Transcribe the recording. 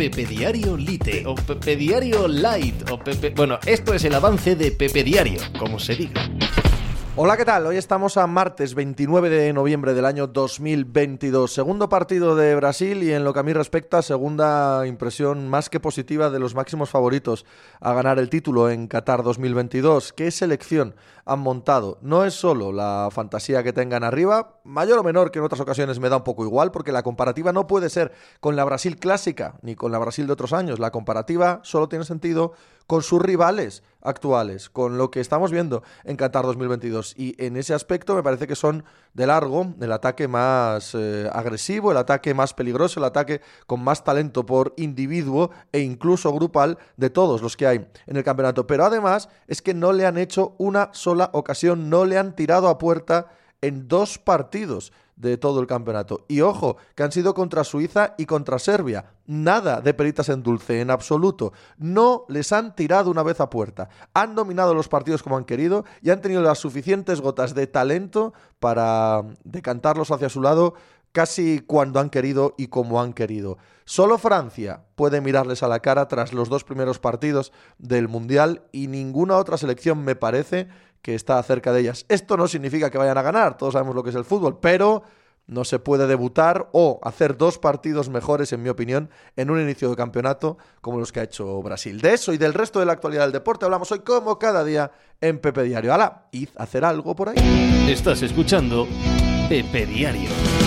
Pepe Diario Lite o Pepe Diario Light o Pepe... Bueno, esto es el avance de Pepe Diario, como se diga. Hola, ¿qué tal? Hoy estamos a martes 29 de noviembre del año 2022. Segundo partido de Brasil y en lo que a mí respecta, segunda impresión más que positiva de los máximos favoritos a ganar el título en Qatar 2022. ¿Qué selección han montado? No es solo la fantasía que tengan arriba, mayor o menor que en otras ocasiones me da un poco igual, porque la comparativa no puede ser con la Brasil clásica ni con la Brasil de otros años. La comparativa solo tiene sentido con sus rivales actuales, con lo que estamos viendo en Qatar 2022. Y en ese aspecto me parece que son de largo el ataque más agresivo, el ataque más peligroso, el ataque con más talento por individuo e incluso grupal de todos los que hay en el campeonato. Pero además es que no le han hecho una sola ocasión, no le han tirado a puerta en 2 partidos de todo el campeonato. Y ojo, que han sido contra Suiza y contra Serbia. Nada de peritas en dulce, en absoluto. No les han tirado una vez a puerta. Han dominado los partidos como han querido y han tenido las suficientes gotas de talento para decantarlos hacia su lado casi cuando han querido y como han querido. Solo Francia puede mirarles a la cara tras los 2 primeros partidos del Mundial y ninguna otra selección me parece que está cerca de ellas. Esto no significa que vayan a ganar, todos sabemos lo que es el fútbol, pero no se puede debutar o hacer 2 partidos mejores, en mi opinión, en un inicio de campeonato como los que ha hecho Brasil. De eso y del resto de la actualidad del deporte hablamos hoy como cada día en Pepe Diario. ¡Hala! Id a hacer algo por ahí. Estás escuchando Pepe Diario.